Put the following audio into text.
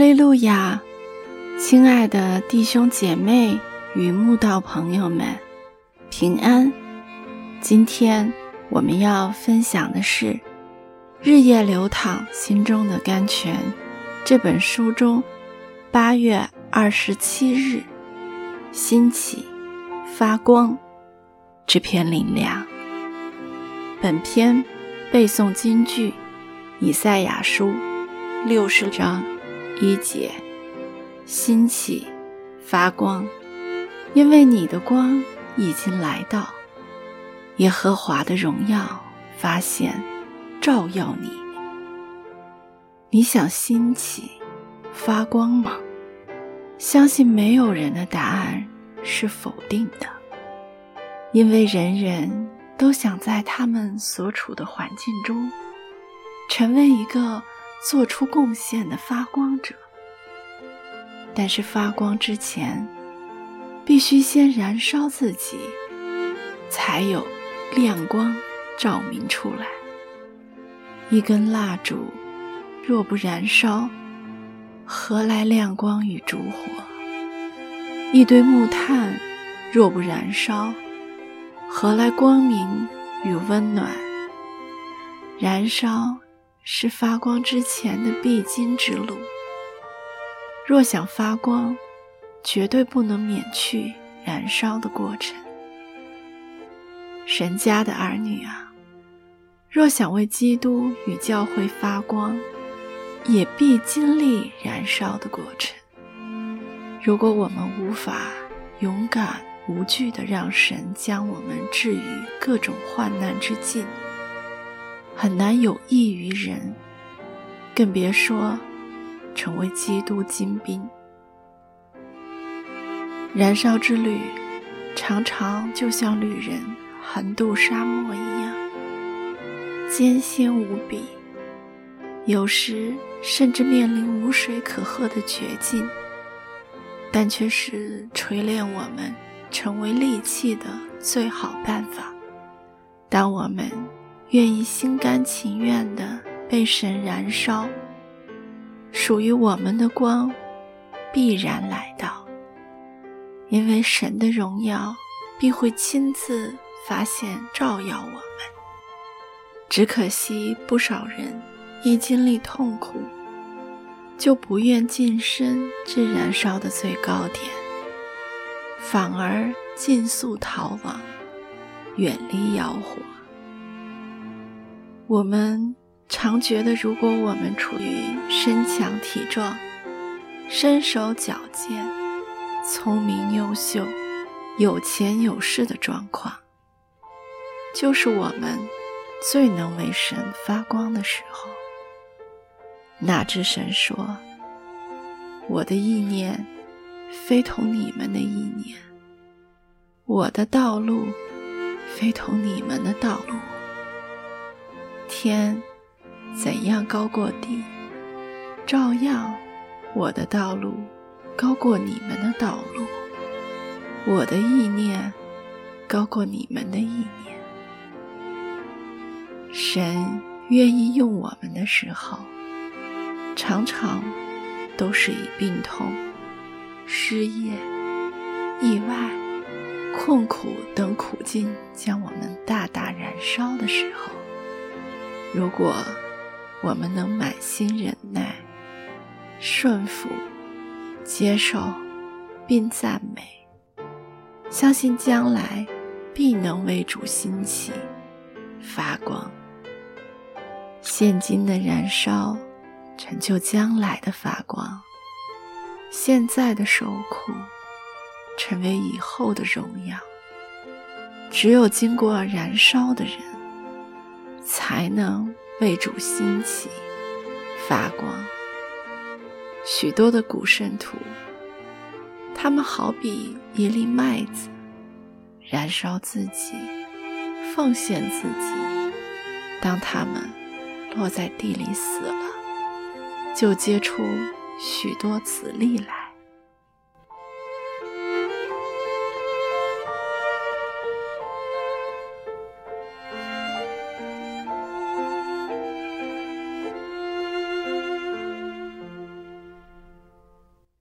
利路亚！亲爱的弟兄姐妹与慕道朋友们，平安！今天我们要分享的是《日夜流淌心中的甘泉》这本书中8月27日兴起发光这篇灵粮。本篇背诵金句以赛亚书60章1节，兴起发光，因为你的光已经来到，耶和华的荣耀发现照耀你。你想兴起发光吗？相信没有人的答案是否定的，因为人人都想在他们所处的环境中成为一个做出贡献的发光者。但是发光之前，必须先燃烧自己，才有亮光照明出来。一根蜡烛若不燃烧，何来亮光与烛火？一堆木炭若不燃烧，何来光明与温暖？燃烧是发光之前的必经之路。若想发光，绝对不能免去燃烧的过程。神家的儿女啊，若想为基督与教会发光，也必经历燃烧的过程。如果我们无法勇敢无惧地让神将我们置于各种患难之境，很难有益于人，更别说成为基督精兵。燃烧之旅常常就像旅人横渡沙漠一样，艰辛无比，有时甚至面临无水可喝的绝境，但却是锤炼我们成为利器的最好办法。当我们愿意心甘情愿地被神燃烧，属于我们的光必然来到，因为神的荣耀必会亲自发现照耀我们。只可惜不少人一经历痛苦，就不愿晋升至燃烧的最高点，反而尽速逃亡，远离妖火。我们常觉得，如果我们处于身强体壮、身手矫健、聪明优秀、有钱有势的状况，就是我们最能为神发光的时候。哪知神说，我的意念非同你们的意念，我的道路非同你们的道路。天怎样高过地，照样我的道路高过你们的道路，我的意念高过你们的意念。神愿意用我们的时候，常常都是以病痛、失业、意外、困苦等苦境将我们大大燃烧的时候。如果我们能满心忍耐、顺服、接受并赞美，相信将来必能为主兴起发光。现今的燃烧成就将来的发光，现在的受苦成为以后的荣耀。只有经过燃烧的人，才能为主兴起发光。许多的古圣徒，他们好比一粒麦子，燃烧自己，奉献自己。当他们落在地里死了，就结出许多子粒来。